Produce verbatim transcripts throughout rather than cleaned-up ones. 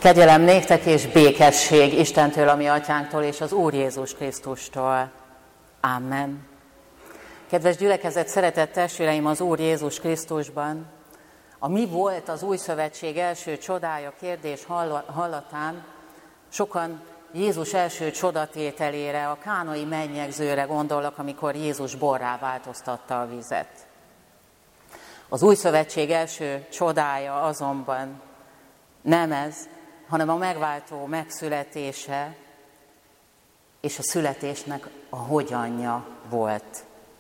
Kegyelem néktek és békesség Istentől, a mi atyánktól és az Úr Jézus Krisztustól. Amen. Kedves gyülekezet, szeretett testvéreim az Úr Jézus Krisztusban, a mi volt az új szövetség első csodája kérdés hallatán sokan Jézus első csodatételére, a kánai mennyegzőre gondolnak, amikor Jézus borrá változtatta a vizet. Az új szövetség első csodája azonban nem ez, hanem a megváltó megszületése és a születésnek a hogyanja volt.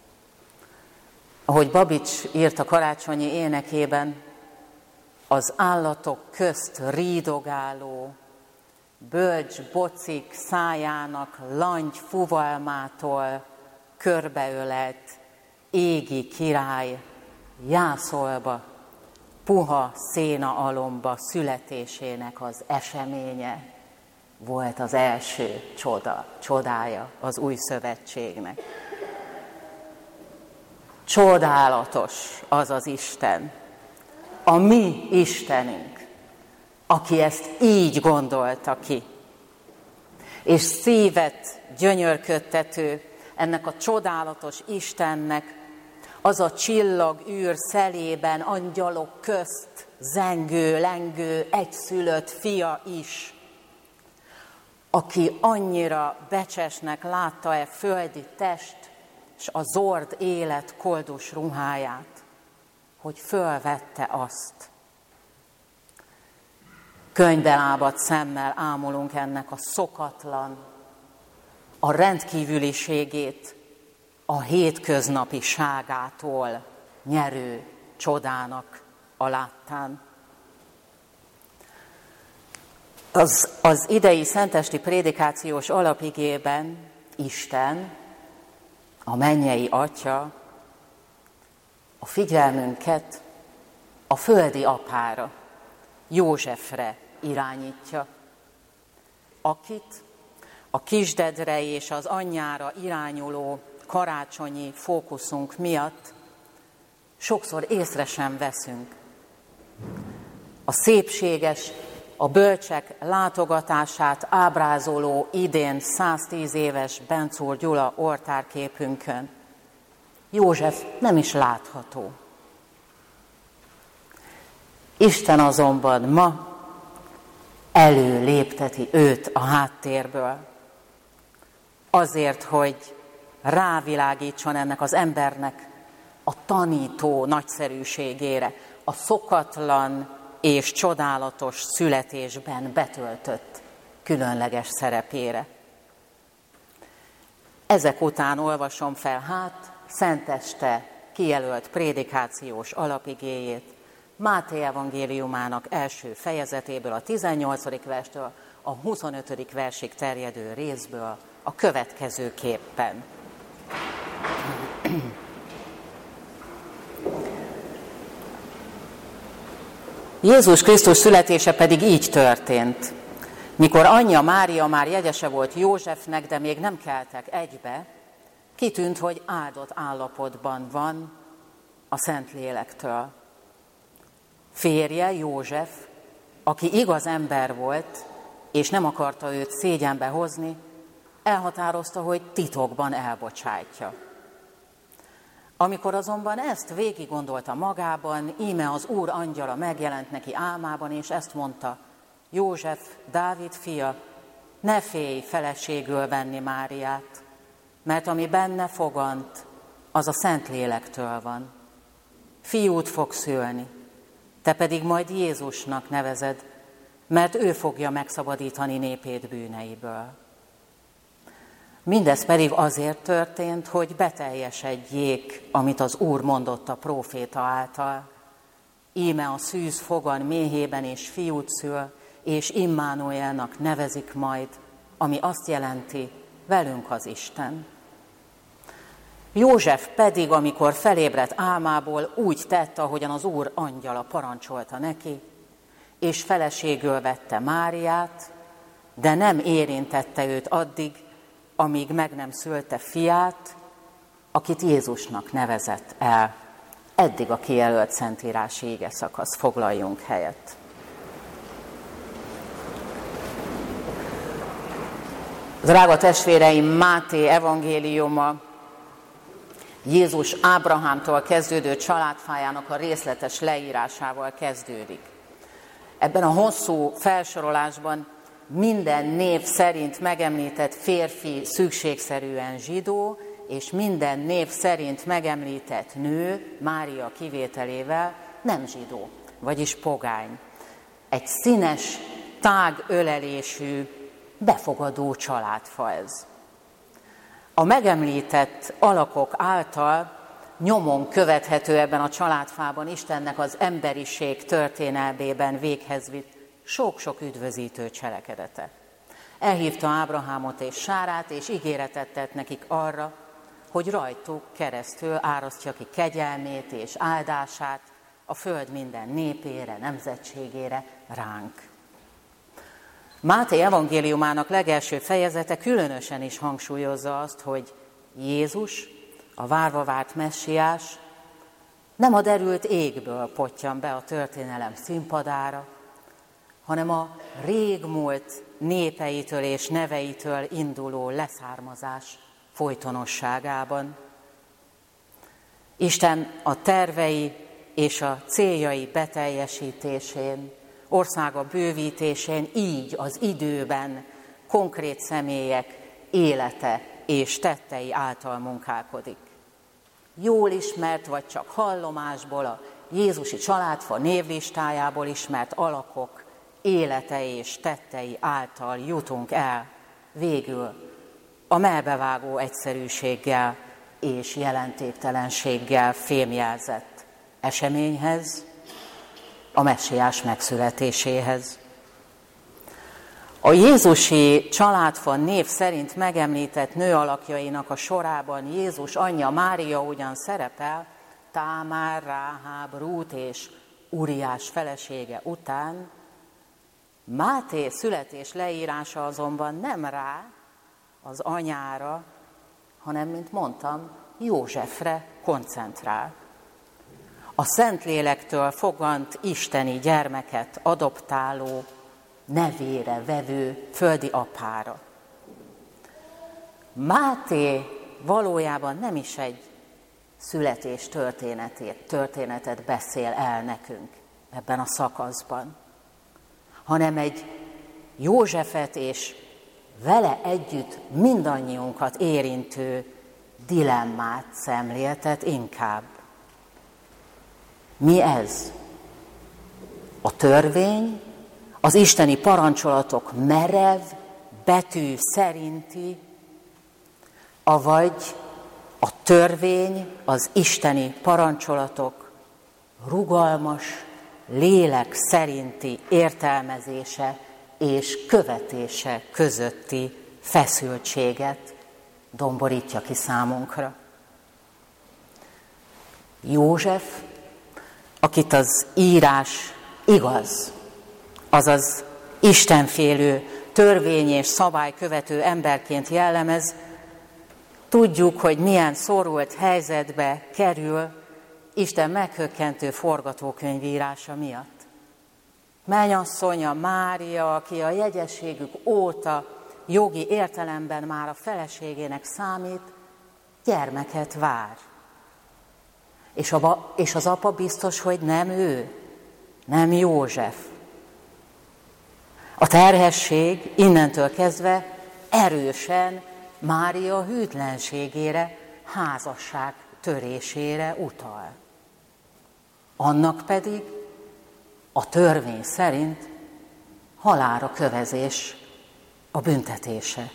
Ahogy Babics írt a karácsonyi énekében, az állatok közt rídogáló, bölcs bocik szájának langy fuvalmától körbeölelt égi király jászolba, puha széna alomba születésének az eseménye volt az első csoda, csodája az új szövetségnek. Csodálatos az az Isten, a mi Istenünk, aki ezt így gondolta ki. És szívet gyönyörködtető ennek a csodálatos Istennek az a csillagűr szelében angyalok közt zengő, lengő, egyszülött fia is, aki annyira becsesnek látta-e földi test és a zord élet koldus ruháját, hogy fölvette azt. Könyvbelábadt szemmel ámulunk ennek a szokatlan, a rendkívüliségét, a hétköznapiságától nyerő csodának a láttán. Az, az idei szentesti prédikációs alapigében Isten, a mennyei Atya, a figyelmünket a földi apára, Józsefre irányítja, akit a kisdedre és az anyjára irányuló karácsonyi fókuszunk miatt sokszor észre sem veszünk. A szépséges, a bölcsek látogatását ábrázoló idén száztíz éves Bencúr Gyula oltárképünkön József nem is látható. Isten azonban ma előlépteti őt a háttérből, azért, hogy rávilágítson ennek az embernek a tanító nagyszerűségére, a szokatlan és csodálatos születésben betöltött különleges szerepére. Ezek után olvasom fel hát szenteste kijelölt prédikációs alapigéjét, Máté evangéliumának első fejezetéből, a tizennyolcadik verstől a huszonötödik versig terjedő részből a következőképpen. Jézus Krisztus születése pedig így történt. Mikor anyja Mária már jegyese volt Józsefnek, de még nem keltek egybe, kitűnt, hogy áldott állapotban van a Szentlélektől. Férje, József, aki igaz ember volt, és nem akarta őt szégyenbe hozni, elhatározta, hogy titokban elbocsátja. Amikor azonban ezt végig gondolta magában, íme az Úr angyala megjelent neki álmában, és ezt mondta: József, Dávid fia, ne félj feleségül venni Máriát, mert ami benne fogant, az a Szentlélektől van. Fiút fog szülni, te pedig majd Jézusnak nevezed, mert ő fogja megszabadítani népét bűneiből. Mindez pedig azért történt, hogy beteljesedjék, amit az Úr mondott a próféta által. Íme a szűz fogan méhében és fiút szül, és Immanuelnak nevezik majd, ami azt jelenti, velünk az Isten. József pedig, amikor felébredt álmából, úgy tett, ahogyan az Úr angyala parancsolta neki, és feleségül vette Máriát, de nem érintette őt addig, amíg meg nem szülte fiát, akit Jézusnak nevezett el. Eddig a kijelölt szentírási ige szakasz, foglaljunk helyet. Drága testvéreim, Máté evangéliuma Jézus Ábrahámtól kezdődő családfájának a részletes leírásával kezdődik. Ebben a hosszú felsorolásban minden név szerint megemlített férfi szükségszerűen zsidó, és minden név szerint megemlített nő, Mária kivételével nem zsidó, vagyis pogány. Egy színes, tág ölelésű, befogadó családfa ez. A megemlített alakok által nyomon követhető ebben a családfában Istennek az emberiség történelmében véghez vitt sok-sok üdvözítő cselekedete. Elhívta Ábrahámot és Sárát, és ígéretet tett nekik arra, hogy rajtuk keresztül árasztja ki kegyelmét és áldását a föld minden népére, nemzetségére, ránk. Máté evangéliumának legelső fejezete különösen is hangsúlyozza azt, hogy Jézus, a várva várt messiás, nem a derült égből pottyan be a történelem színpadára, hanem a régmúlt népeitől és neveitől induló leszármazás folytonosságában. Isten a tervei és a céljai beteljesítésén, országa bővítésén, így az időben konkrét személyek élete és tettei által munkálkodik. Jól ismert, vagy csak hallomásból, a Jézusi családfa névlistájából ismert alakok élete és tettei által jutunk el végül a mellbevágó egyszerűséggel és jelentéktelenséggel fémjelzett eseményhez, a messiás megszületéséhez. A jézusi családfa név szerint megemlített nő alakjainak a sorában Jézus anyja Mária ugyan szerepel, Támár, Ráháb, Rút és Uriás felesége után, Máté születés leírása azonban nem rá, az anyára, hanem, mint mondtam, Józsefre koncentrál. A Szentlélektől fogant isteni gyermeket adoptáló, nevére vevő földi apára. Máté valójában nem is egy születés történetét, történetet beszél el nekünk ebben a szakaszban, hanem egy Józsefet és vele együtt mindannyiunkat érintő dilemmát szemléltet inkább. Mi ez? A törvény, az isteni parancsolatok merev, betű szerinti, avagy a törvény, az isteni parancsolatok rugalmas, lélek szerinti értelmezése és követése közötti feszültséget domborítja ki számunkra. József, akit az írás igaz, azaz istenfélő, törvény és szabálykövető emberként jellemez, tudjuk, hogy milyen szorult helyzetbe kerül Isten meghökkentő forgatókönyvírása miatt. Mennyasszonya Mária, aki a jegyességük óta jogi értelemben már a feleségének számít, gyermeket vár. És, a, és az apa biztos, hogy nem ő, nem József. A terhesség innentől kezdve erősen Mária hűtlenségére, házasság törésére utal. Annak pedig a törvény szerint halálra kövezés a büntetése.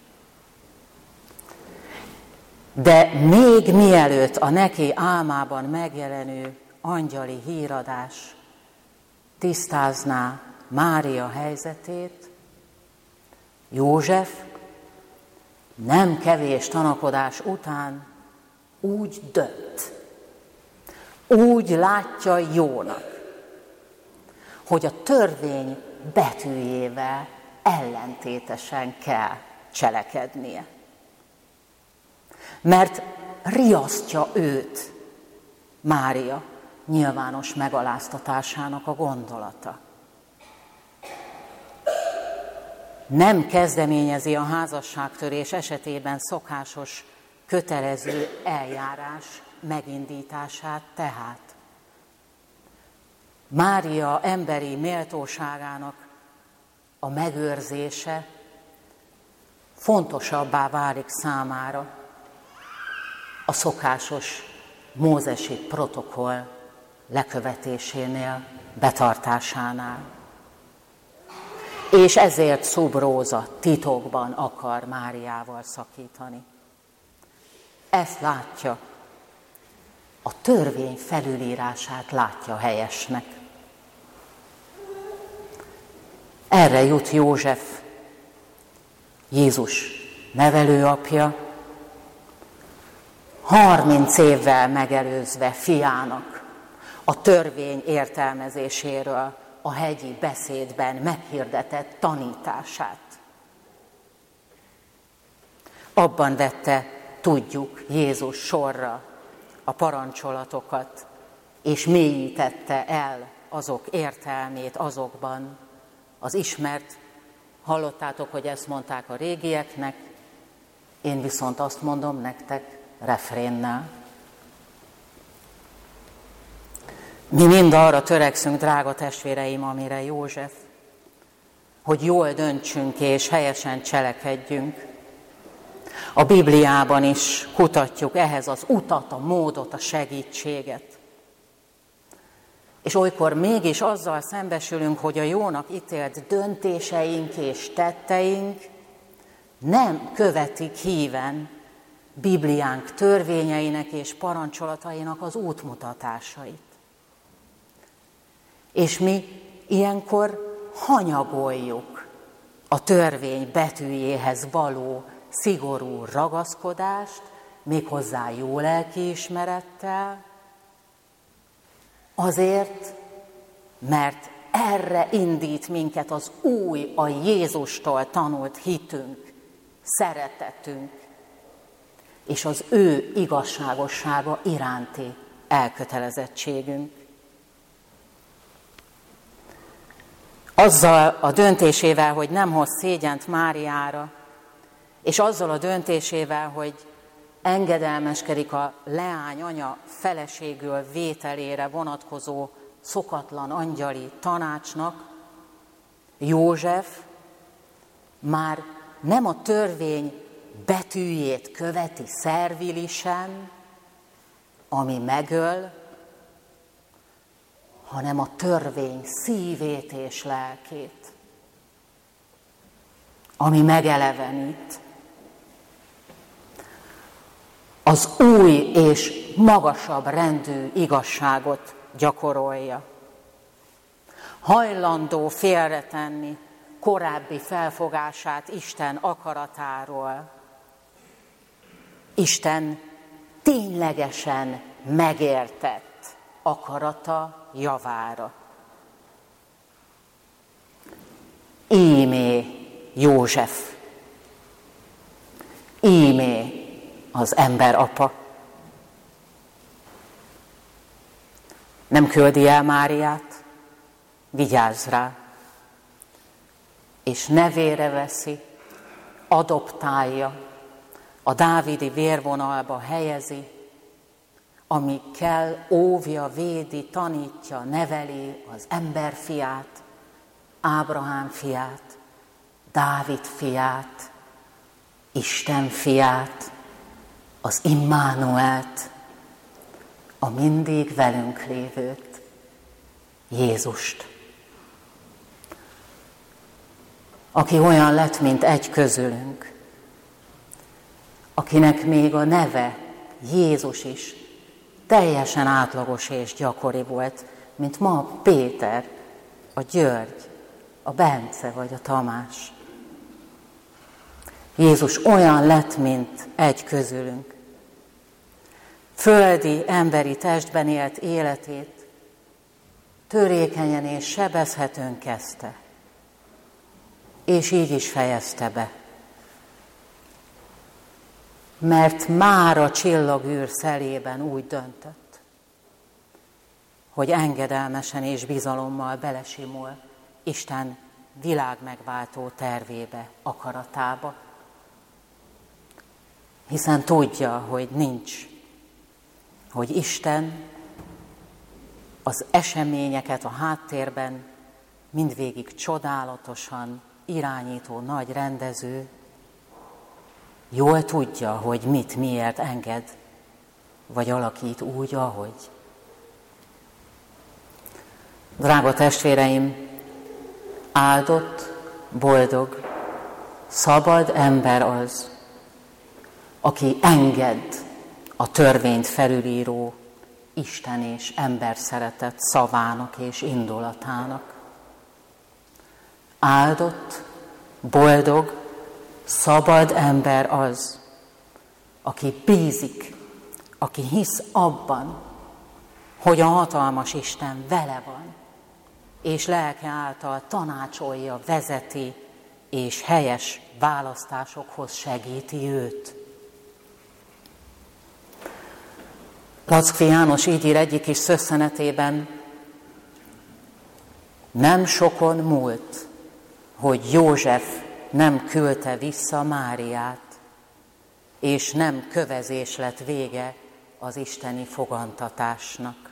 De még mielőtt a neki álmában megjelenő angyali híradás tisztázná Mária helyzetét, József nem kevés tanakodás után úgy dönt, úgy látja jónak, hogy a törvény betűjével ellentétesen kell cselekednie. Mert riasztja őt Mária nyilvános megaláztatásának a gondolata. nem kezdeményezi a házasságtörés esetében szokásos, kötelező eljárás megindítását tehát. Mária emberi méltóságának a megőrzése fontosabbá válik számára a szokásos mózesi protokoll lekövetésénél, betartásánál. És ezért Szubróza titokban akar Máriával szakítani. Ezt látja, a törvény felülírását látja helyesnek. Erre jut József, Jézus nevelőapja, harminc évvel megelőzve fiának a törvény értelmezéséről a hegyi beszédben meghirdetett tanítását. Abban vette, tudjuk, Jézus sorra a parancsolatokat, és mélyítette el azok értelmét azokban, az ismert, hallottátok, hogy ezt mondták a régieknek, én viszont azt mondom nektek refrénnel. Mi mind arra törekszünk, drága testvéreim, amire József, hogy jól döntsünk és helyesen cselekedjünk. A Bibliában is kutatjuk ehhez az utat, a módot, a segítséget. És olykor mégis azzal szembesülünk, hogy a jónak ítélt döntéseink és tetteink nem követik híven Bibliánk törvényeinek és parancsolatainak az útmutatásait. És mi ilyenkor hanyagoljuk a törvény betűjéhez való szigorú ragaszkodást, méghozzá jó lelkiismerettel, azért, mert erre indít minket az új, a Jézustól tanult hitünk, szeretetünk, és az ő igazságossága iránti elkötelezettségünk. Azzal a döntésével, hogy nem hoz szégyent Máriára, és azzal a döntésével, hogy engedelmeskedik a leány anya feleségül vételére vonatkozó szokatlan angyali tanácsnak, József már nem a törvény betűjét követi szervilisen, ami megöl, hanem a törvény szívét és lelkét, ami megelevenít. Az új és magasabb rendű igazságot gyakorolja. Hajlandó félretenni korábbi felfogását Isten akaratáról. Isten ténylegesen megértett akarata javára. Ímé József, ímé az ember apa. Nem küldi el Máriát, vigyázz rá, és nevére veszi, adoptálja, a dávidi vérvonalba helyezi, ami kell, óvja, védi, tanítja, neveli az ember fiát, Ábrahám fiát, Dávid fiát, Isten fiát, az Immanuelt, a mindig velünk lévőt, Jézust, aki olyan lett, mint egy közülünk, akinek még a neve, Jézus is, teljesen átlagos és gyakori volt, mint ma Péter, a György, a Bence vagy a Tamás. Jézus olyan lett, mint egy közülünk. Földi, emberi testben élt életét törékenyen és sebezhetően kezdte, és így is fejezte be. Mert már a csillagűr szelében úgy döntött, hogy engedelmesen és bizalommal belesimul Isten világmegváltó tervébe, akaratába. Hiszen tudja, hogy nincs, hogy Isten az eseményeket a háttérben mindvégig csodálatosan irányító nagy rendező, jól tudja, hogy mit, miért enged, vagy alakít úgy, ahogy. Drága testvéreim, áldott, boldog, szabad ember az, aki enged a törvényt felülíró Isten és ember szeretett szavának és indulatának. Áldott, boldog, szabad ember az, aki bízik, aki hisz abban, hogy a hatalmas Isten vele van, és lelke által tanácsolja, vezeti, és helyes választásokhoz segíti őt. Lackfi János így ír egyik kis szösszenetében: nem sokon múlt, hogy József nem küldte vissza Máriát, és nem kövezés lett vége az isteni fogantatásnak.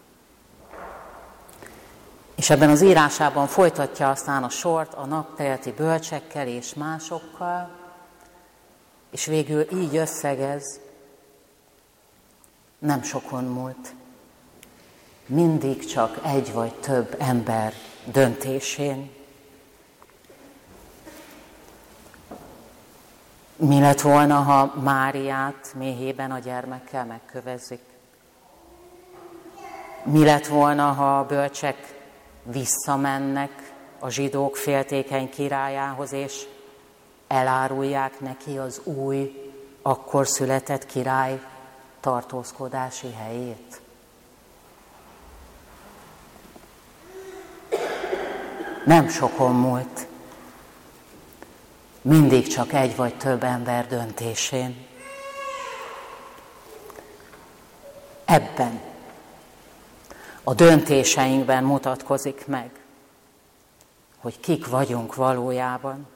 És ebben az írásában folytatja aztán a sort a napkeleti bölcsekkel és másokkal, és végül így összegez: nem sokon múlt, mindig csak egy vagy több ember döntésén. Mi lett volna, ha Máriát méhében a gyermekkel megkövezzik? Mi lett volna, ha a bölcsek visszamennek a zsidók féltékeny királyához, és elárulják neki az új, akkor született király tartózkodási helyét? Nem sokon múlt, mindig csak egy vagy több ember döntésén. Ebben a döntéseinkben mutatkozik meg, hogy kik vagyunk valójában.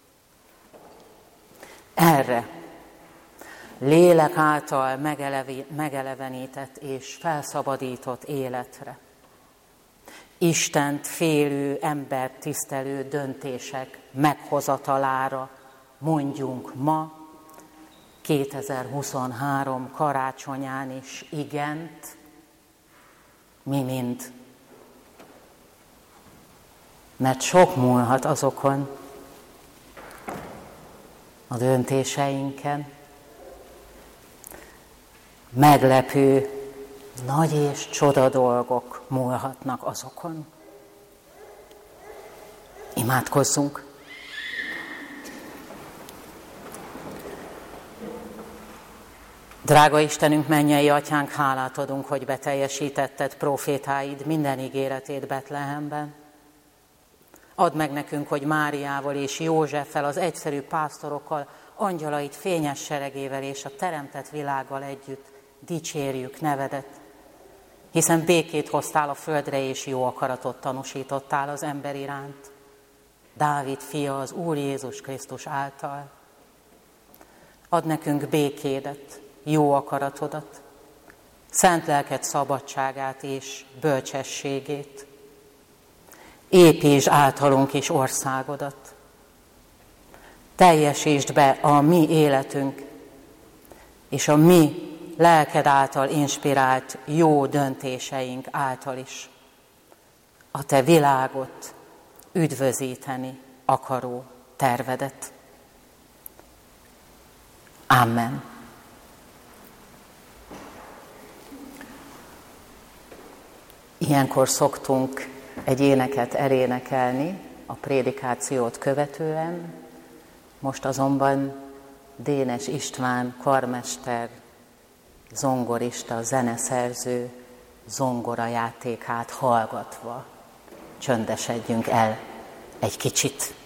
Erre lélek által megelevenített és felszabadított életre, Istent félő, embert tisztelő döntések meghozatalára mondjunk ma, kétezer-huszonhárom karácsonyán is igent, mi mind. Mert sok múlhat azokon a döntéseinken. Meglepő, nagy és csoda dolgok múlhatnak azokon. Imádkozzunk! Drága Istenünk, mennyei Atyánk, hálát adunk, hogy beteljesítetted prófétáid minden ígéretét Betlehemben. Add meg nekünk, hogy Máriával és Józseffel, az egyszerű pásztorokkal, angyalait fényes seregével és a teremtett világgal együtt dicsérjük nevedet, hiszen békét hoztál a földre és jó akaratot tanúsítottál az ember iránt, Dávid fia, az Úr Jézus Krisztus által. Add nekünk békédet, jó akaratodat, szent lelked szabadságát és bölcsességét. Építsd általunk is országodat. Teljesítsd be a mi életünk és a mi lelked által inspirált jó döntéseink által is a te világot üdvözíteni akaró tervedet. Amen. Ilyenkor szoktunk egy éneket elénekelni a prédikációt követően, most azonban Dénes István karmester, zongorista, zeneszerző zongorajátékát hallgatva csöndesedjünk el egy kicsit.